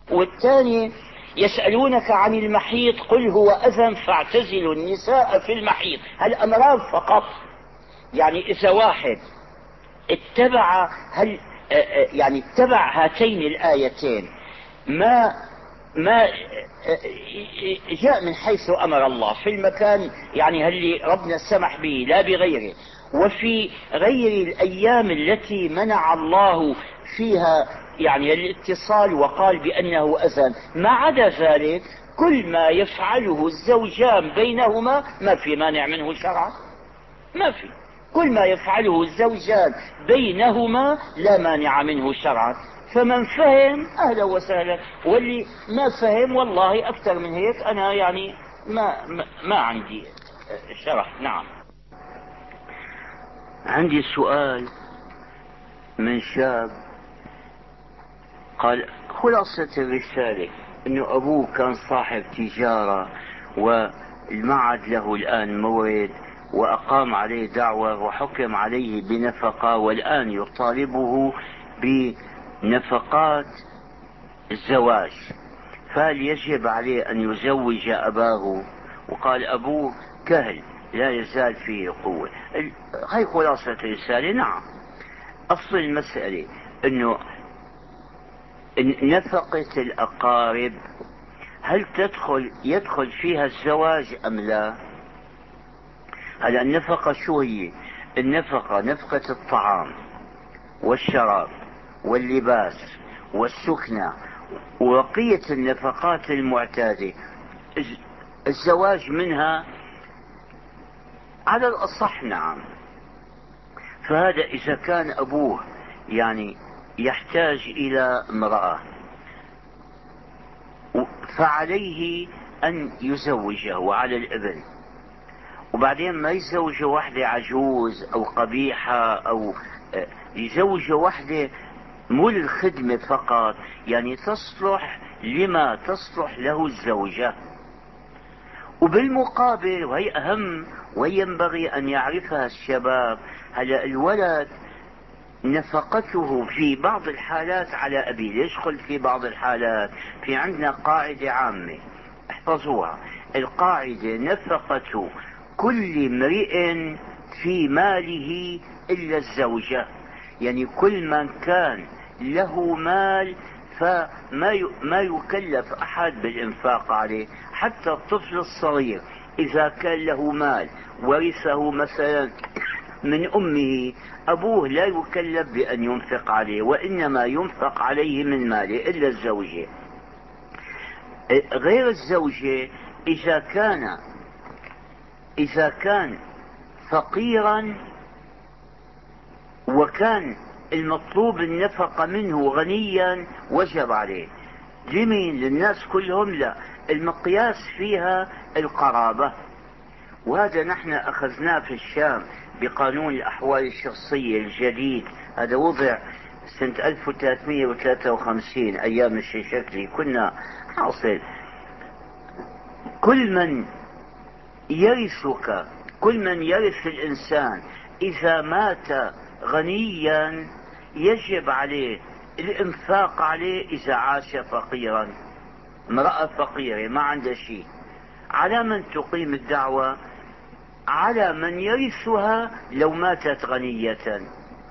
والثاني يسألونك عن المحيط قل هو أذى فاعتزلوا النساء في المحيط. الأمراض فقط. يعني إذا واحد اتبع يعني اتبع هاتين الآيتين ما جاء من حيث أمر الله في المكان يعني اللي ربنا سمح به لا بغيره، وفي غير الأيام التي منع الله فيها يعني الاتصال وقال بأنه أذى، ما عدا ذلك كل ما يفعله الزوجان بينهما ما في مانع منه شرعا، ما في. كل ما يفعله الزوجان بينهما لا مانع منه شرعا. فمن فهم اهلا وسهلا، واللي ما فهم والله اكثر من هيك انا يعني ما عندي شرح. نعم. عندي سؤال من شاب قال خلاصة الرسالة انه ابوه كان صاحب تجارة والمعد له الان مورد وأقام عليه دعوة وحكم عليه بنفقة، والآن يطالبه بنفقات الزواج، فهل يجب عليه أن يزوج أباه؟ وقال أبوه كهل لا يزال فيه قوة. هاي خلاصة الرسالة. نعم، أصل المسألة أنه نفقة الأقارب هل يدخل فيها الزواج أم لا؟ هلا النفقة شو هي؟ النفقة نفقة الطعام والشراب واللباس والسكنة وبقية النفقات المعتادة. الزواج منها على الأصح نعم. فهذا إذا كان أبوه يعني يحتاج إلى امرأة فعليه أن يزوجه على الابن، وبعدين ما يزوج واحدة عجوز أو قبيحة، أو يزوج واحدة مو للخدمة فقط، يعني تصلح لما تصلح له الزوجة. وبالمقابل، وهي أهم وهي ينبغي أن يعرفها الشباب، هلا الولد نفقته في بعض الحالات على أبيه. ليش قلت في بعض الحالات؟ في عندنا قاعدة عامة احفظوها، القاعدة نفقة كل امرئ في ماله إلا الزوجة. يعني كل من كان له مال فما يكلف أحد بالإنفاق عليه. حتى الطفل الصغير إذا كان له مال ورثه مثلا من أمه، أبوه لا يكلف بأن ينفق عليه، وإنما ينفق عليه من ماله إلا الزوجة. غير الزوجة إذا كان فقيرا وكان المطلوب النفقة منه غنيا وجب عليه. لمين؟ للناس كلهم؟ لا، المقياس فيها القرابة. وهذا نحن أخذناه في الشام بقانون الأحوال الشخصية الجديد، هذا وضع سنة 1353 أيام الشيشكلي. كنا حاصل كل من يرث الإنسان إذا مات غنيا يجب عليه الإنفاق عليه إذا عاش فقيرا. امرأة فقيرة ما عندها شيء، على من تقيم الدعوة؟ على من يرثها لو ماتت غنية.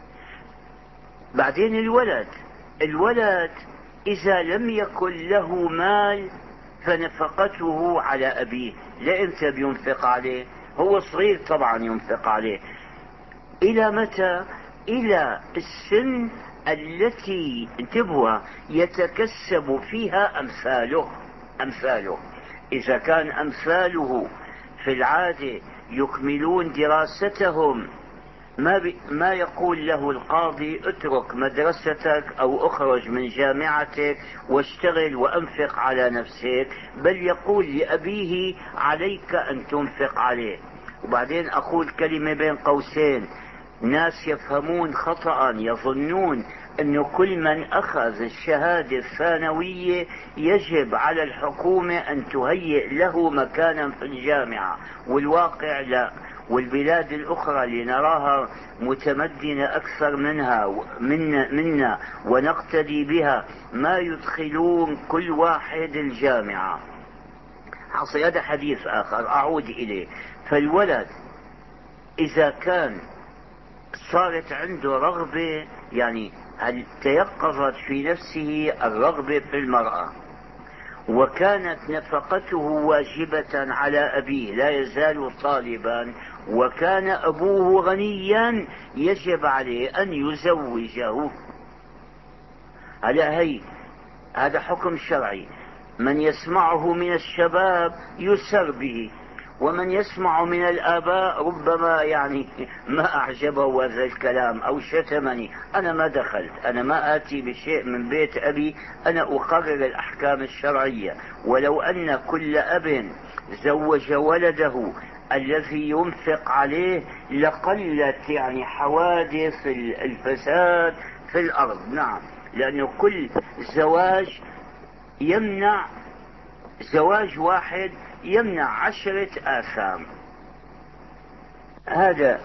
بعدين الولد إذا لم يكن له مال فنفقته على أبيه. لإمتى بينفق عليه؟ هو صغير طبعا ينفق عليه. إلى متى؟ إلى السن التي انتبهوا يتكسب فيها أمثاله. إذا كان أمثاله في العادة يكملون دراستهم، ما يقول له القاضي اترك مدرستك أو اخرج من جامعتك واشتغل وأنفق على نفسك، بل يقول لأبيه عليك أن تنفق عليه. وبعدين أقول كلمة بين قوسين، ناس يفهمون خطأ، يظنون أن كل من أخذ الشهادة الثانوية يجب على الحكومة أن تهيئ له مكانا في الجامعة، والواقع لا. والبلاد الأخرى اللي نراها متمدنة أكثر منا ونقتدي بها ما يدخلون كل واحد الجامعة. حصل هذا حديث آخر أعود إليه. فالولد إذا كان صارت عنده رغبة، يعني هل تيقظت في نفسه الرغبة في المرأة، وكانت نفقته واجبة على أبيه لا يزال طالبا، وكان أبوه غنيا، يجب عليه أن يزوجه. هذا حكم شرعي. من يسمعه من الشباب يسر به، ومن يسمع من الآباء ربما ما أعجبه هذا الكلام أو شتمني. أنا ما دخلت، أنا ما آتي بشيء من بيت أبي، أنا أقرر الأحكام الشرعية. ولو أن كل أب زوج ولده الذي ينفق عليه لقلت حوادث الفساد في الأرض. نعم، لأنه كل زواج يمنع، زواج واحد يمنع 10 آثام. هذا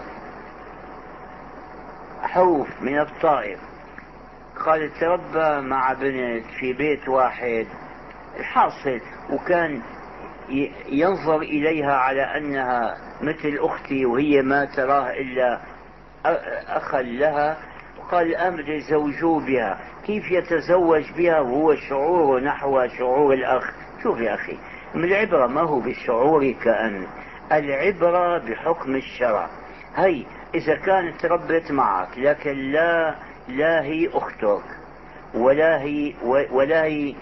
حوف من الطائف قال تربى مع بنت في بيت واحد، الحاصل وكان ينظر إليها على أنها مثل أختي وهي ما تراه إلا أخا لها. قال الآن بده يزوجوه بها. كيف يتزوج بها وهو شعوره نحو شعور الأخ؟ شوف يا أخي، من العبرة ما هو بالشعور كأن، العبرة بحكم الشرع. إذا كانت ربت معك لكن لا هي أختك، ولا هي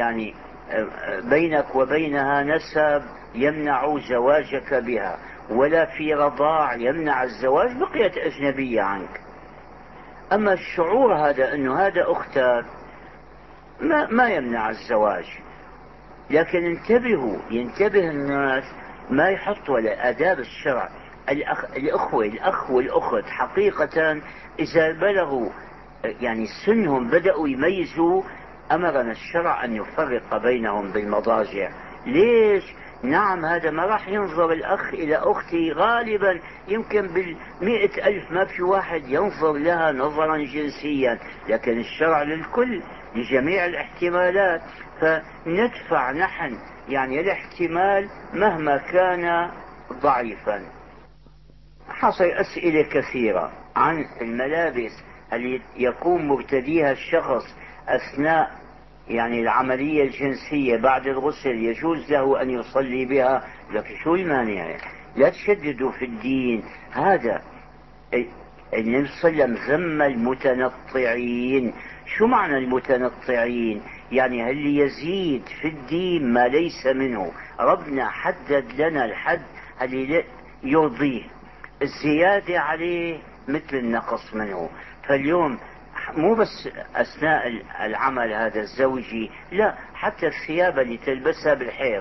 بينك وبينها نسب يمنع زواجك بها، ولا في رضاع يمنع الزواج، بقيت أجنبية عنك. أما الشعور هذا أنه هذا أختك ما يمنع الزواج. لكن ينتبه الناس ما يحطوا لآداب الشرع. الأخ والأخت حقيقة إذا بلغوا سنهم بدأوا يميزوا، أمرنا الشرع أن يفرق بينهم بالمضاجع. ليش؟ نعم، هذا ما راح ينظر الأخ إلى أختي غالبا، يمكن ب100,000 ما في واحد ينظر لها نظرا جنسيا، لكن الشرع للكل لجميع الاحتمالات، فندفع نحن الاحتمال مهما كان ضعيفا. حصل أسئلة كثيرة عن الملابس اللي يقوم مرتديها الشخص أثناء العملية الجنسية بعد الغسل، يجوز له أن يصلي بها؟ لكن شو المانع؟ لا تشددوا في الدين. هذا النبي صلى الله عليه وسلم ذم المتنطعين. شو معنى المتنطعين؟ اللي يزيد في الدين ما ليس منه. ربنا حدد لنا الحد اللي يرضيه، الزيادة عليه مثل النقص منه. فاليوم مو بس أثناء العمل هذا الزوجي، لا، حتى الثياب اللي تلبسها بالحيض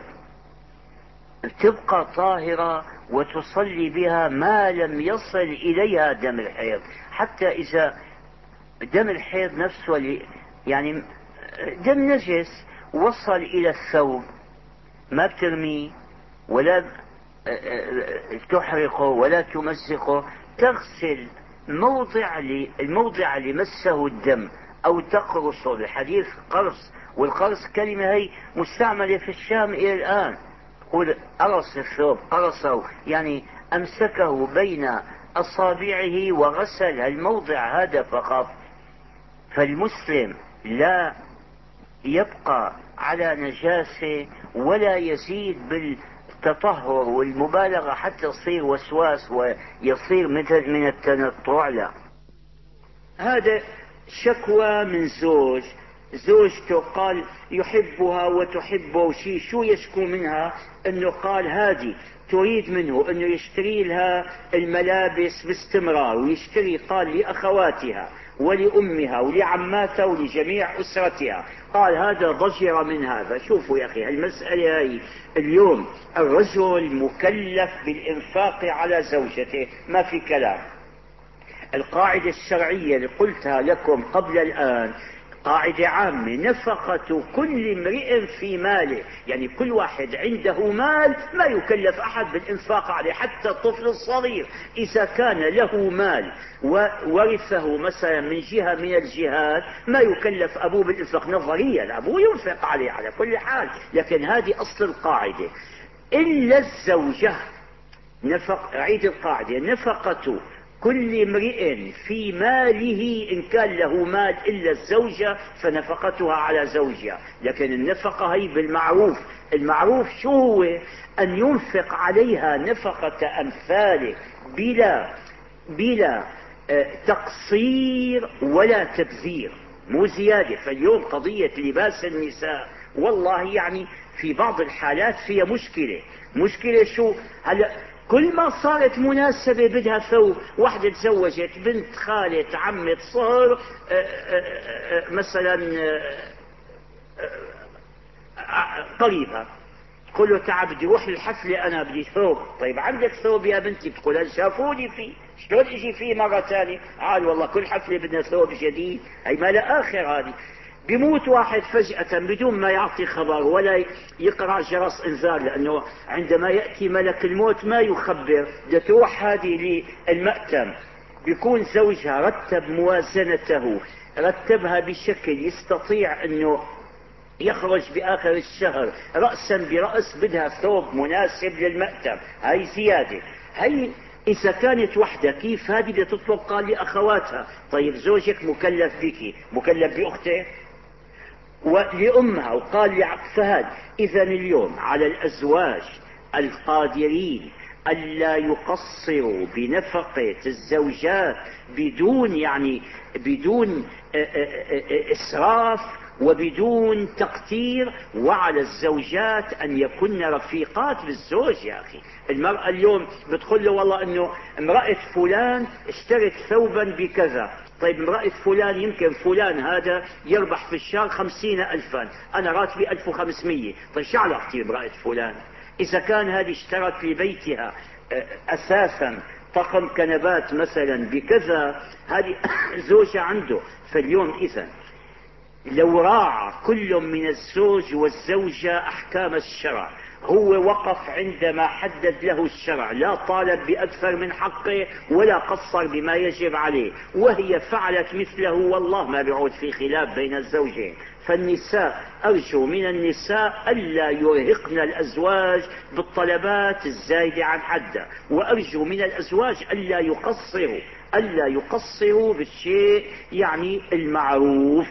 تبقى طاهرة وتصلي بها ما لم يصل إليها دم الحيض. حتى إذا دم الحيض نفسه دم نجس وصل إلى الثوب، ما بترميه ولا تحرقه ولا تمزقه، تغسل الموضع اللي مسه الدم أو تقرصه. الحديث قرص، والقرص كلمة هي مستعملة في الشام إلى الآن. قل قرص الثوب، قرصه أمسكه بين أصابعه وغسل الموضع هذا فقط. فالمسلم لا يبقى على نجاسة ولا يزيد بالتطهر والمبالغة حتى يصير وسواس ويصير مثل من التنطع. لا، هذا شكوى من زوجته قال يحبها وتحبه، شو يشكو منها؟ انه قال هذه تريد منه انه يشتري لها الملابس باستمرار، ويشتري قال لأخواتها ولأمها ولعماتها ولجميع أسرتها. قال هذا ضجر من هذا. شوفوا يا أخي المسألة هي اليوم الرجل مكلف بالإنفاق على زوجته، ما في كلام. القاعدة الشرعية اللي قلتها لكم قبل الآن، قاعدة عامة: نفقة كل امرئ في ماله، يعني كل واحد عنده مال ما يكلف أحد بالإنفاق عليه، حتى الطفل الصغير إذا كان له مال وورثه مثلا من جهة من الجهات ما يكلف أبوه بالإنفاق نظريا، أبوه ينفق عليه على كل حال، لكن هذه أصل القاعدة. إلا الزوجة، أعيد القاعدة: نفقة كل امرئ في ماله، إن كان له مال إلا الزوجة فنفقتها على زوجها. لكن النفقة هي بالمعروف. المعروف شو هو؟ أن ينفق عليها نفقة أمثاله بلا تقصير ولا تبذير، مو زيادة. فاليوم قضية لباس النساء والله يعني في بعض الحالات فيها مشكلة شو؟ هلا كل ما صارت مناسبة بدها ثوب، واحدة تزوجت بنت خالة عمة صهر مثلا قريبها، تقول له تعال بدي روح الحفلة أنا بدي ثوب. طيب عندك ثوب يا بنتي؟ بتقول هل شافوني فيه، شلون اجي فيه مرة ثانية؟ قال والله كل حفلة بدنا ثوب جديد، هي ما لا آخر هذه. بيموت واحد فجأة بدون ما يعطي خبر ولا يقرأ جرس انذار، لأنه عندما يأتي ملك الموت ما يخبر، بدها تروح هذه للمأتم. بيكون زوجها رتب موازنته، رتبها بشكل يستطيع أنه يخرج بآخر الشهر رأسا برأس، بدها ثوب مناسب للمأتم. هاي زيادة. هاي إذا كانت وحدة كيف هذه بدها تطلب قال لأخواتها. طيب زوجك مكلف بك، مكلف بأخته ولأمها، وقال فهد. إذا اليوم على الأزواج القادرين ألا يقصروا بنفقة الزوجات بدون إسراف وبدون تقتير، وعلى الزوجات أن يكن رفيقات بالزوج. يا أخي المرأة اليوم بتقول له والله أنه امرأة فلان اشترت ثوبا بكذا. طيب امرأة فلان يمكن فلان هذا يربح في الشهر 50,000، أنا راتبي 1500. طيب شو علاقتي بامرأة فلان؟ إذا كان هذه اشترت لبيتها أساسا طقم كنبات مثلا بكذا، هذه زوجة عنده. فاليوم إذا لو راعى كل من الزوج والزوجة أحكام الشرع، هو وقف عندما حدد له الشرع، لا طالب بأكثر من حقه ولا قصر بما يجب عليه، وهي فعلت مثله، والله ما بيعود في خلاف بين الزوجين. فالنساء أرجو من النساء ألا يرهقن الأزواج بالطلبات الزايدة عن حدها، وأرجو من الأزواج ألا يقصروا بالشيء يعني المعروف.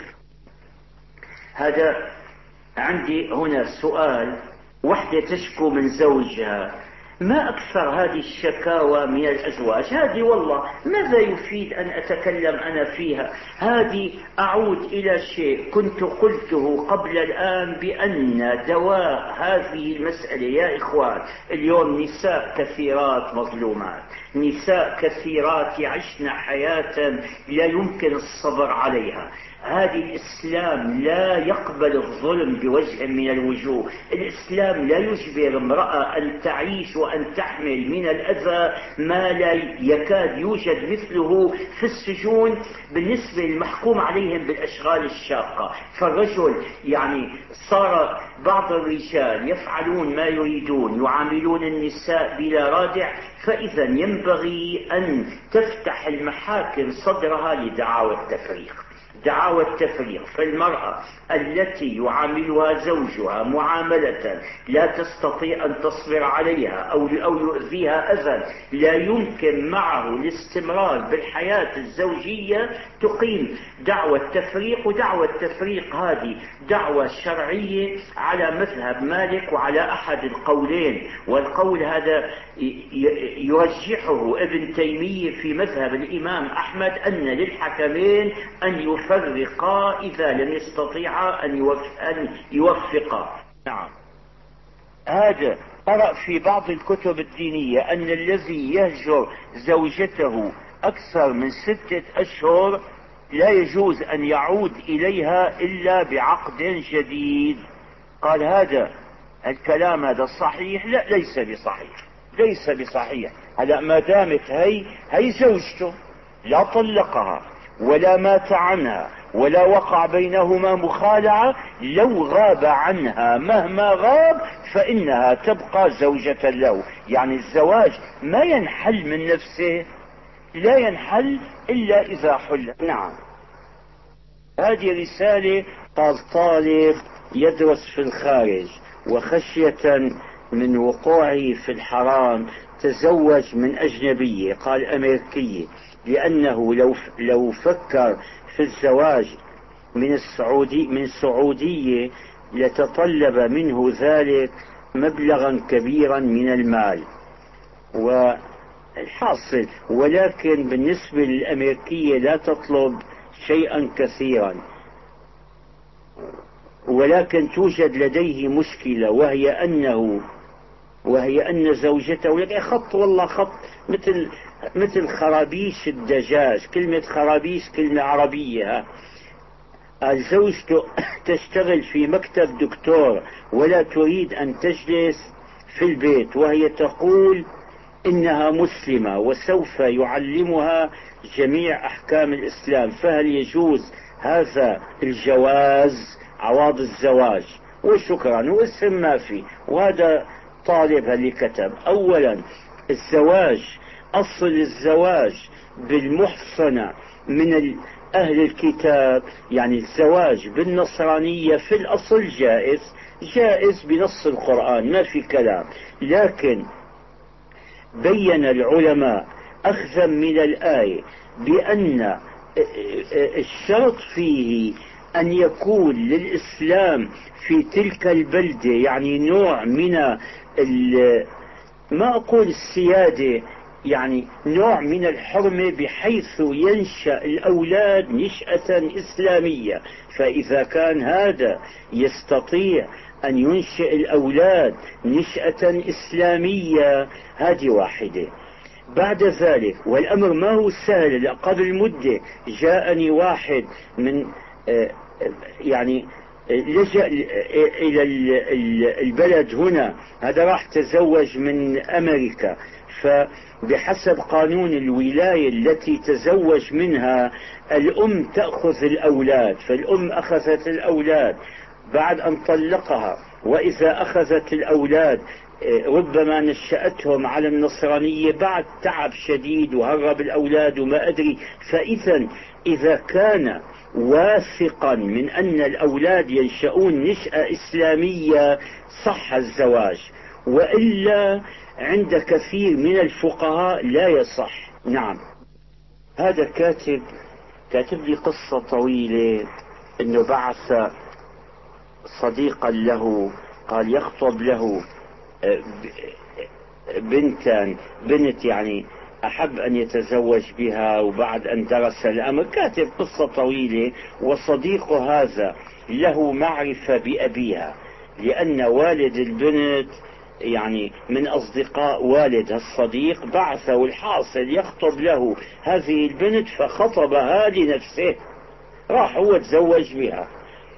هذا عندي هنا سؤال: وحدة تشكو من زوجها، ما أكثر هذه الشكاوى من الأزواج؟ هذه والله ماذا يفيد أن أتكلم أنا فيها؟ هذه أعود إلى شيء كنت قلته قبل الآن، بأن دواء هذه المسألة يا إخوان اليوم نساء كثيرات مظلومات، نساء كثيرات يعشن حياة لا يمكن الصبر عليها. هذه الإسلام لا يقبل الظلم بوجه من الوجوه. الإسلام لا يجبر امرأة أن تعيش وأن تحمل من الأذى ما لا يكاد يوجد مثله في السجون بالنسبة للمحكوم عليهم بالأشغال الشاقة. فالرجل يعني صار بعض الرجال يفعلون ما يريدون، يعاملون النساء بلا رادع، فإذا ينبغي أن تفتح المحاكم صدرها لدعاوى التفريق. فالمرأة التي يعاملها زوجها معاملة لا تستطيع أن تصبر عليها أو يؤذيها أذى لا يمكن معه الاستمرار بالحياة الزوجية، تقيم دعوى التفريق. ودعوى التفريق هذه دعوى شرعية على مذهب مالك وعلى أحد القولين، والقول هذا يرجحه ابن تيمية في مذهب الإمام أحمد، أن للحكمين أن يفرقا إذا لم يستطيعا أن يوفقا. نعم، هذا قرأ في بعض الكتب الدينية أن الذي يهجر زوجته أكثر من 6 أشهر لا يجوز أن يعود إليها إلا بعقد جديد. قال هذا الكلام هذا صحيح؟ لا، ليس بصحيح. هلا ما دامت هي زوجته لا طلقها ولا مات عنها ولا وقع بينهما مخالعة، لو غاب عنها مهما غاب فإنها تبقى زوجة له. يعني الزواج ما ينحل من نفسه، لا ينحل إلا إذا حل. نعم. هذه رسالة قال طالب يدرس في الخارج وخشية من وقوعه في الحرام تزوج من أجنبية، قال أمريكية، لأنه لو فكر في الزواج من سعودية لتطلب منه ذلك مبلغا كبيرا من المال. والحاصل ولكن بالنسبة للأمريكية لا تطلب شيئا كثيرا، ولكن توجد لديه مشكلة، وهي أن زوجته لك خط، والله خط مثل خرابيش الدجاج. كلمة خرابيش كلمة عربية. زوجته تشتغل في مكتب دكتور ولا تريد أن تجلس في البيت، وهي تقول إنها مسلمة وسوف يعلمها جميع أحكام الإسلام، فهل يجوز هذا الجواز عوض الزواج؟ وشكرا واسم ما في. وهذا طالب اللي كتب. أولا الزواج، أصل الزواج بالمحصنة من أهل الكتاب، يعني الزواج بالنصرانية في الأصل جائز بنص القرآن، ما في كلام. لكن بين العلماء أخذا من الآية بأن الشرط فيه أن يكون للإسلام في تلك البلدة يعني نوع من ما أقول السيادة، يعني نوع من الحرمة، بحيث ينشأ الأولاد نشأة إسلامية. فإذا كان هذا يستطيع أن ينشئ الأولاد نشأة إسلامية، هذه واحدة. بعد ذلك، والأمر ما هو سهل، قبل مدة جاءني واحد من يعني لجأ إلى البلد هنا، هذا راح تزوج من أمريكا، فبحسب قانون الولاية التي تزوج منها الأم تأخذ الأولاد، فالأم أخذت الأولاد بعد أن طلقها، وإذا أخذت الأولاد ربما نشأتهم على النصرانية بعد تعب شديد وهرب الأولاد وما أدري. إذا كان واثقا من أن الأولاد ينشؤون نشأة إسلامية صح الزواج، وإلا عند كثير من الفقهاء لا يصح. نعم. هذا كاتب لي قصة طويلة، انه بعث صديقا له قال يخطب له بنت يعني أحب أن يتزوج بها، وبعد أن درس الأمر كاتب قصة طويلة. وصديقه هذا له معرفة بأبيها، لأن والد البنت يعني من أصدقاء والد الصديق بعثه الحاصل يخطب له هذه البنت، فخطبها لنفسه، راح هو تزوج بها،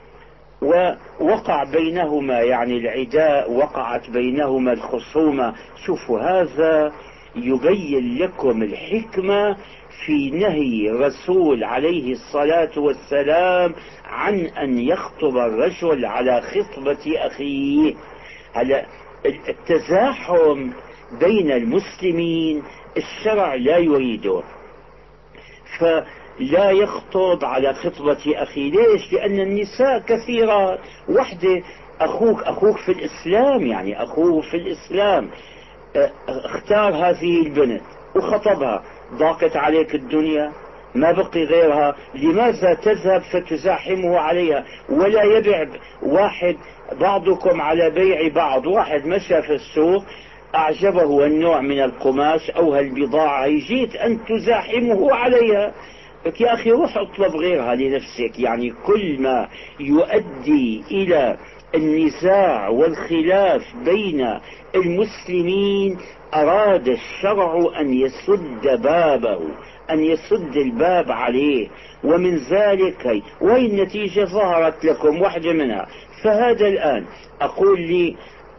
ووقع بينهما يعني العداء، وقعت بينهما الخصومة. شوفوا، هذا يبين لكم الحكمة في نهي الرسول عليه الصلاة والسلام عن أن يخطب الرجل على خطبة أخيه. هلا التزاحم بين المسلمين الشرع لا يريده، فلا يخطب على خطبة أخي. ليش؟ لأن النساء كثيرات. وحدة أخوك في الإسلام، يعني أخوه في الإسلام اختار هذه البنت وخطبها، ضاقت عليك الدنيا ما بقي غيرها، لماذا تذهب فتزاحمه عليها؟ ولا يبيع واحد بعضكم على بيع بعض. واحد مشى في السوق أعجبه النوع من القماش أو هالبضاعة، جيت أن تزاحمه عليها. يا أخي روح اطلب غيرها لنفسك. يعني كل ما يؤدي إلى النزاع والخلاف بين المسلمين أراد الشرع أن يسد بابه، أن يسد الباب عليه. ومن ذلك وهي النتيجة ظهرت لكم واحدة منها. فهذا الآن أقول لي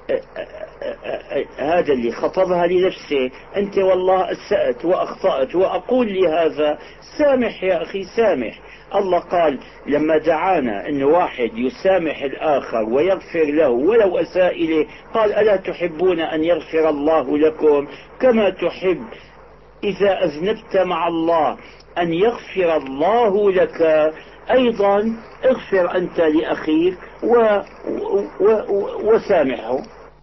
هذا اللي خطبها لنفسه، أنت والله أسأت وأخطأت، وأقول لي هذا سامح يا أخي سامح، الله قال لما دعانا أن واحد يسامح الآخر ويغفر له ولو أساء إليه، قال ألا تحبون أن يغفر الله لكم كما تحب إذا أذنبت مع الله أن يغفر الله لك؟ أيضا اغفر أنت لأخيك وسامحه.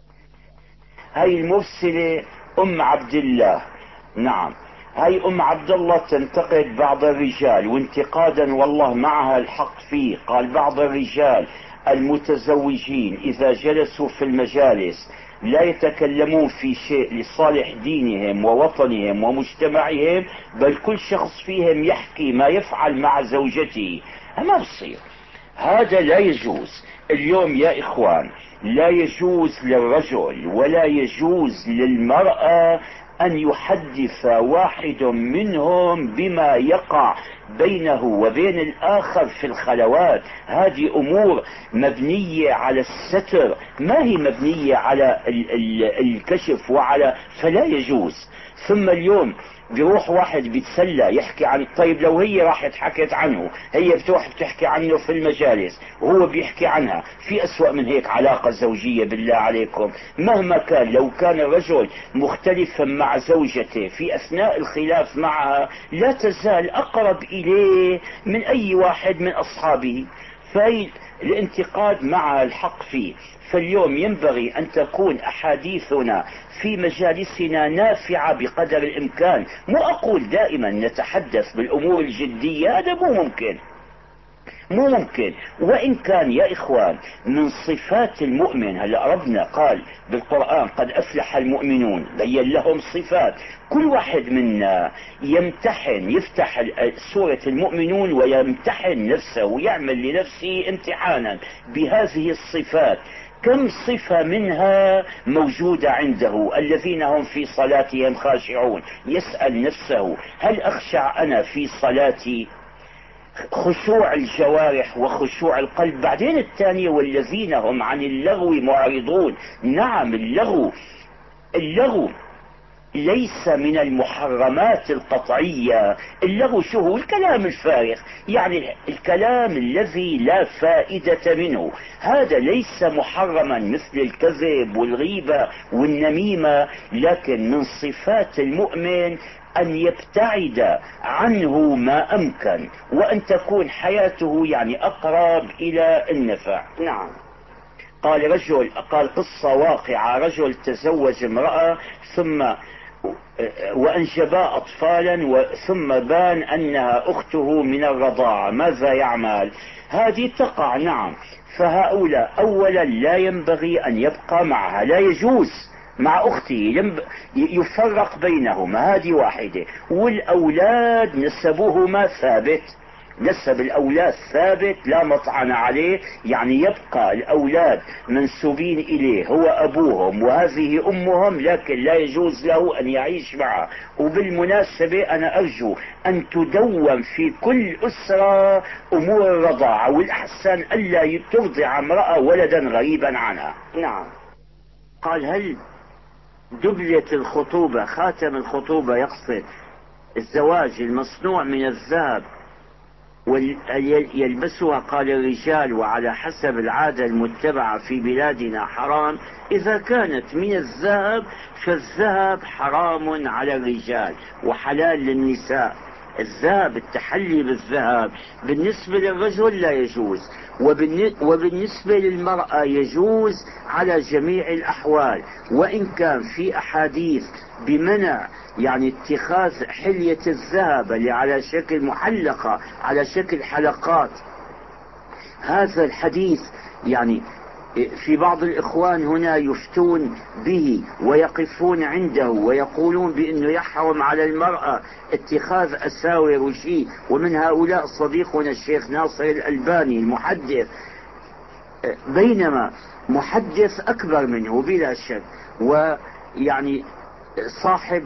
هاي المرسلة أم عبد الله، نعم، هاي أم عبد الله تنتقد بعض الرجال، وانتقادا والله معها الحق فيه. قال بعض الرجال المتزوجين إذا جلسوا في المجالس لا يتكلمون في شيء لصالح دينهم ووطنهم ومجتمعهم، بل كل شخص فيهم يحكي ما يفعل مع زوجته. ما بصير، هذا لا يجوز. اليوم يا إخوان لا يجوز للرجل ولا يجوز للمرأة أن يحدث واحد منهم بما يقع بينه وبين الآخر في الخلوات. هذه أمور مبنية على الستر، ما هي مبنية على الكشف فلا يجوز. ثم اليوم بيروح واحد بيتسلى يحكي عن، طيب لو هي راحت حكت عنه، هي بتروح بتحكي عنه في المجالس وهو بيحكي عنها، في أسوأ من هيك علاقة زوجية بالله عليكم؟ مهما كان، لو كان الرجل مختلفا مع زوجته في أثناء الخلاف معها لا تزال أقرب إليه من أي واحد من أصحابه، فالانتقاد مع الحق فيه. فاليوم ينبغي أن تكون أحاديثنا في مجالسنا نافعة بقدر الإمكان. مو أقول دائما نتحدث بالأمور الجدية، هذا مو ممكن. وإن كان يا إخوان من صفات المؤمن، هلا ربنا قال بالقرآن قد أفلح المؤمنون، بين لهم صفات. كل واحد منا يمتحن، يفتح سورة المؤمنون ويمتحن نفسه ويعمل لنفسه امتحانا بهذه الصفات. كم صفة منها موجودة عنده؟ الذين هم في صلاتهم خاشعون. يسأل نفسه هل أخشع أنا في صلاتي؟ خشوع الجوارح وخشوع القلب. بعدين الثانية والذين هم عن اللغو معرضون. نعم، اللغو ليس من المحرمات القطعية. اللغو شو هو؟ الكلام الفارغ، يعني الكلام الذي لا فائدة منه. هذا ليس محرما مثل الكذب والغيبة والنميمة، لكن من صفات المؤمن أن يبتعد عنه ما أمكن، وأن تكون حياته يعني أقرب إلى النفع. نعم. قال قصة واقعة: رجل تزوج امرأة وأنجبا أطفالا ثم بان أنها أخته من الرضاعة، ماذا يعمل؟ هذه تقع، نعم. فهؤلاء أولا لا ينبغي أن يبقى معها، لا يجوز مع أخته، يفرق بينهما، هذه واحدة. والأولاد نسبهما ثابت، نسب الأولاد ثابت لا مطعن عليه، يعني يبقى الأولاد منسوبين إليه، هو أبوهم وهذه أمهم، لكن لا يجوز له أن يعيش معه. وبالمناسبة أنا أرجو أن تدون في كل أسرة أمور الرضاعة، والأحسن ألا ترضع امرأة ولدا غريبا عنها. نعم. قال هل دبلة الخطوبة، خاتم الخطوبة، يقصد الزواج المصنوع من الذهب يلبسها؟ قال الرجال وعلى حسب العادة المتبعة في بلادنا حرام. إذا كانت من الذهب فالذهب حرام على الرجال وحلال للنساء. الذهب، التحلي بالذهب بالنسبة للرجل لا يجوز، وبالنسبة للمرأة يجوز على جميع الأحوال. وإن كان في أحاديث بمنع يعني اتخاذ حلية الذهب اللي على شكل محلقة، على شكل حلقات، هذا الحديث يعني في بعض الإخوان هنا يفتون به ويقفون عنده ويقولون بأنه يحرم على المرأة اتخاذ أساور وشيء، ومن هؤلاء صديقنا الشيخ ناصر الألباني المحدث، بينما محدث أكبر منه بلا شك، ويعني صاحب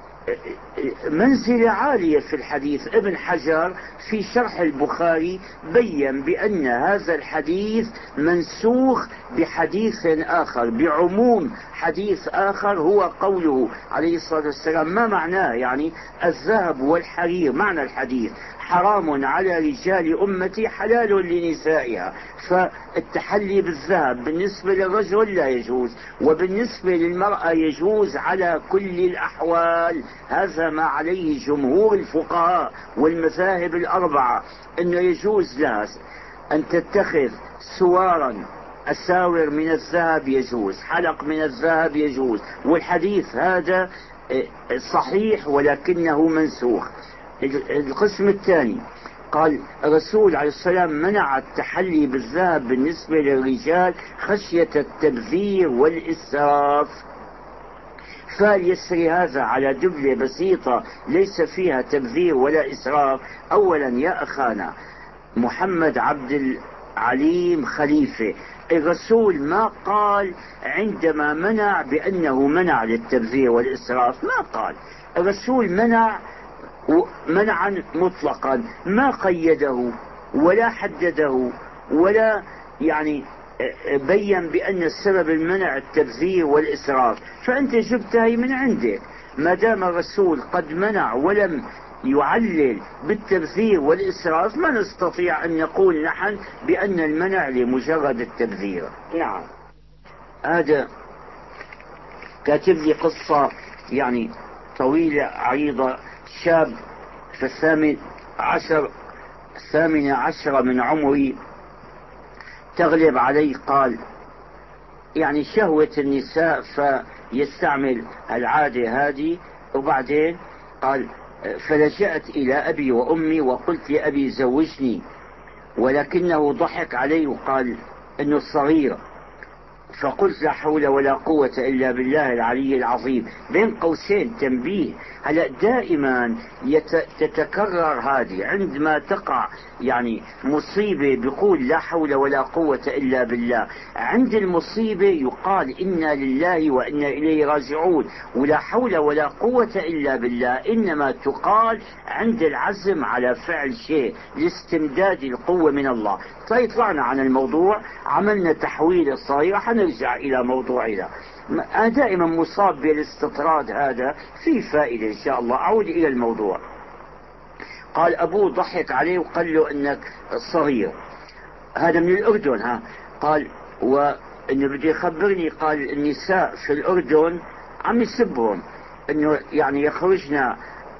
منزلة عالية في الحديث. ابن حجر في شرح البخاري بيّن بأن هذا الحديث منسوخ بحديث آخر، بعموم حديث آخر هو قوله عليه الصلاة والسلام. ما معناه؟ يعني الذهب والحرير، معنى الحديث حرام على رجال أمتي حلال لنسائها. فالتحلي بالذهب بالنسبة للرجل لا يجوز، وبالنسبة للمرأة يجوز على كل الأحوال. هذا ما عليه جمهور الفقهاء والمذاهب الأربعة، أنه يجوز لها أن تتخذ سوارا، أساور من الذهب يجوز، حلق من الذهب يجوز. والحديث هذا صحيح ولكنه منسوخ. القسم الثاني قال الرسول عليه السلام منع التحلي بالذهب بالنسبة للرجال خشية التبذير والإسراف. فليسري هذا على دبلة بسيطة ليس فيها تبذير ولا إسراف. أولا يا أخانا محمد عبد العليم خليفة، الرسول ما قال عندما منع بأنه منع للتبذير والإسراف، ما قال. الرسول منع منعا مطلقا، ما قيده ولا حدده ولا يعني بين بأن السبب المنع التبذير والإسراف. فأنت جبتها من عندك. ما دام الرسول قد منع ولم يعلل بالتبذير والإسراف، ما نستطيع أن نقول نحن بأن المنع لمجرد التبذير. نعم، هذا كاتب لي قصة يعني طويلة عريضة. شاب في الثامن عشر من عمري تغلب علي، قال يعني شهوة النساء فيستعمل العادة هذه. وبعدين قال فلجأت إلى أبي وأمي وقلت لأبي زوجني، ولكنه ضحك علي وقال إنه صغير. فقلت لا حول ولا قوة إلا بالله العلي العظيم. بين قوسين تنبيه، هلا دائما تتكرر هذه عندما تقع يعني مصيبة بيقول لا حول ولا قوة إلا بالله. عند المصيبة يقال إنا لله وإنا إليه راجعون، ولا حول ولا قوة إلا بالله إنما تقال عند العزم على فعل شيء لاستمداد القوة من الله. طيب طلعنا عن الموضوع، عملنا تحويل صغير، حنرجع إلى موضوعنا. أنا دائما مصاب بالاستطراد هذا، في فائدة إن شاء الله. أعود إلى الموضوع. قال أبوه ضحك عليه وقال له إنك صغير. هذا من الأردن. ها، قال وإنه بده يخبرني، قال النساء في الأردن عم يسبهم إنه يعني يخرجنا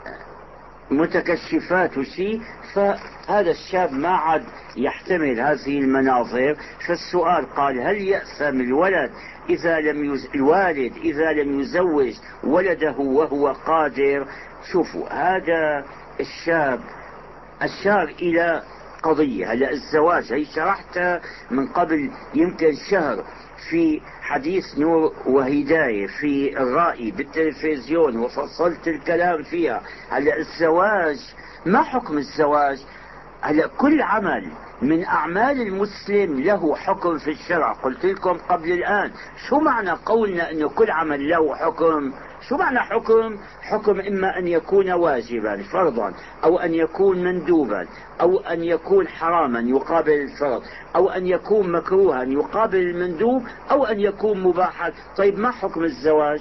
متكشفات وشي. فهذا الشاب ما عاد يحتمل هذه المناظر. فالسؤال قال هل يأثم الولد الوالد إذا لم يزوج ولده وهو قادر؟ شوفوا، هذا الشاب أشار إلى قضية. هلا الزواج هي شرحتها من قبل يمكن شهر في حديث نور وهداية في الرائي بالتلفزيون، وفصلت الكلام فيها. هلا الزواج، ما حكم الزواج؟ هلا كل عمل من أعمال المسلم له حكم في الشرع. قلت لكم قبل الآن شو معنى قولنا أنه كل عمل له حكم. شو معنى حكم؟ حكم إما أن يكون واجبا فرضا، أو أن يكون مندوبا، أو أن يكون حراما يقابل الفرض، أو أن يكون مكروها يقابل المندوب، أو أن يكون مباحا. طيب ما حكم الزواج؟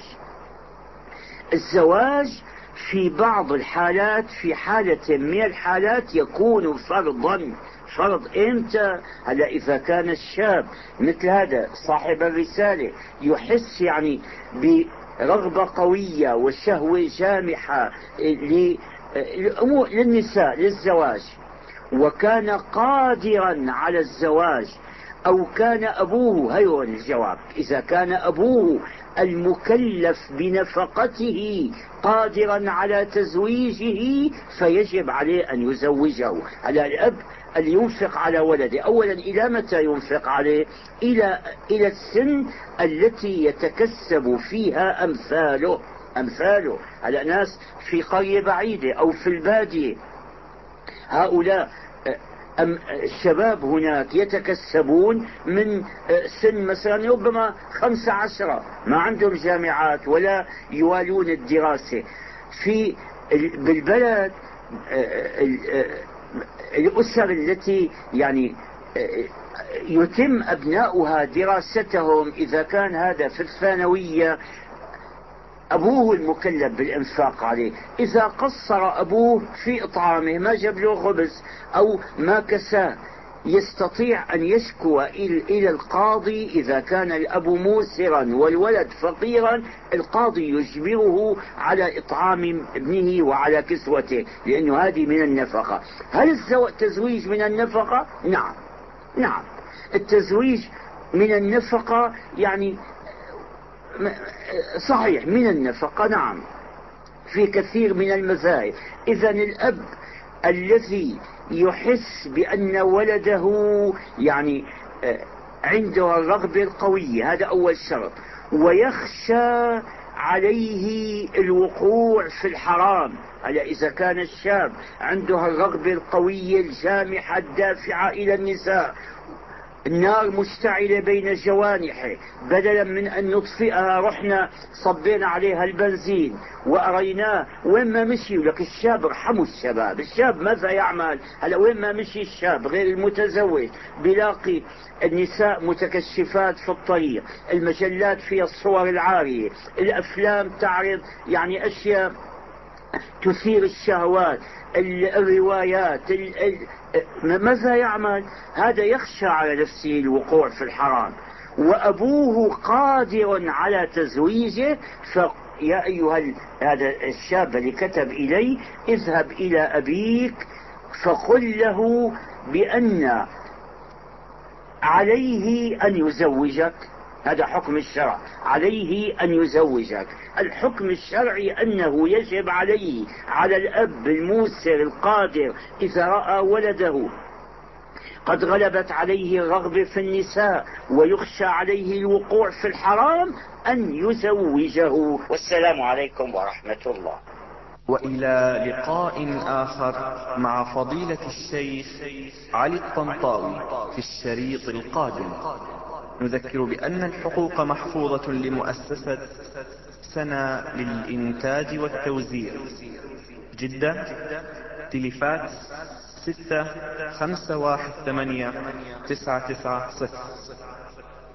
الزواج في بعض الحالات، في حالة من الحالات يكون فرضا. فرض امتى؟ هلا إذا كان الشاب مثل هذا صاحب الرسالة يحس يعني برغبة قوية وشهوة جامحة للنساء للزواج، وكان قادرا على الزواج، أو كان أبوه، هيو الجواب، إذا كان أبوه المكلف بنفقته قادرا على تزويجه فيجب عليه أن يزوجه. على الأب أن ينفق على ولده. أولا إلى متى ينفق عليه؟ إلى السن التي يتكسب فيها أمثاله على ناس في قرية بعيدة أو في البادية. هؤلاء الشباب هناك يتكسبون من سن مثلا ربما 15، ما عندهم جامعات ولا يوالون الدراسة. بالبلد الأسر التي يعني يتم أبناؤها دراستهم إذا كان هذا في الثانوية، أبوه المكلف بالإنفاق عليه. إذا قصر أبوه في إطعامه، ما جاب له خبز أو ما كساه، يستطيع أن يشكو إلى القاضي. إذا كان الأب موسرا والولد فقيرا، القاضي يجبره على إطعام ابنه وعلى كسوته، لأنه هذه من النفقة. هل التزويج من النفقة؟ نعم، نعم، التزويج من النفقة، يعني صحيح من النفقة، نعم، في كثير من المذاهب. إذا الأب الذي يحس بأن ولده يعني عنده الرغبة القوية، هذا أول شرط، ويخشى عليه الوقوع في الحرام. هلا إذا كان الشاب عنده الرغبة القوية الجامحة الدافعة إلى النساء، النار مشتعلة بين جوانحه، بدلا من أن نطفئها رحنا صبينا عليها البنزين وأريناه وين ما مشي. لك الشاب، ارحموا الشباب، الشاب ماذا يعمل؟ هلا وين ما مشي الشاب غير المتزوج بيلاقي النساء متكشفات في الطريق، المجلات فيها الصور العارية، الأفلام تعرض يعني أشياء تثير الشهوات، الروايات، ماذا يعمل؟ هذا يخشى على نفسه الوقوع في الحرام، وأبوه قادر على تزويجه. يا أيها هذا الشاب اللي كتب إلي، اذهب إلى أبيك فقل له بأن عليه أن يزوجك. هذا حكم الشرع، عليه أن يزوجك. الحكم الشرعي أنه يجب عليه، على الأب الموسر القادر، إذا رأى ولده قد غلبت عليه الرغبة في النساء ويخشى عليه الوقوع في الحرام، أن يزوجه. والسلام عليكم ورحمة الله. وإلى لقاء آخر مع فضيلة الشيخ علي الطنطاوي في الشريط القادم. نذكر بأن الحقوق محفوظة لمؤسسة سنة للإنتاج والتوزيع، جدة، تليفات 6 518 990.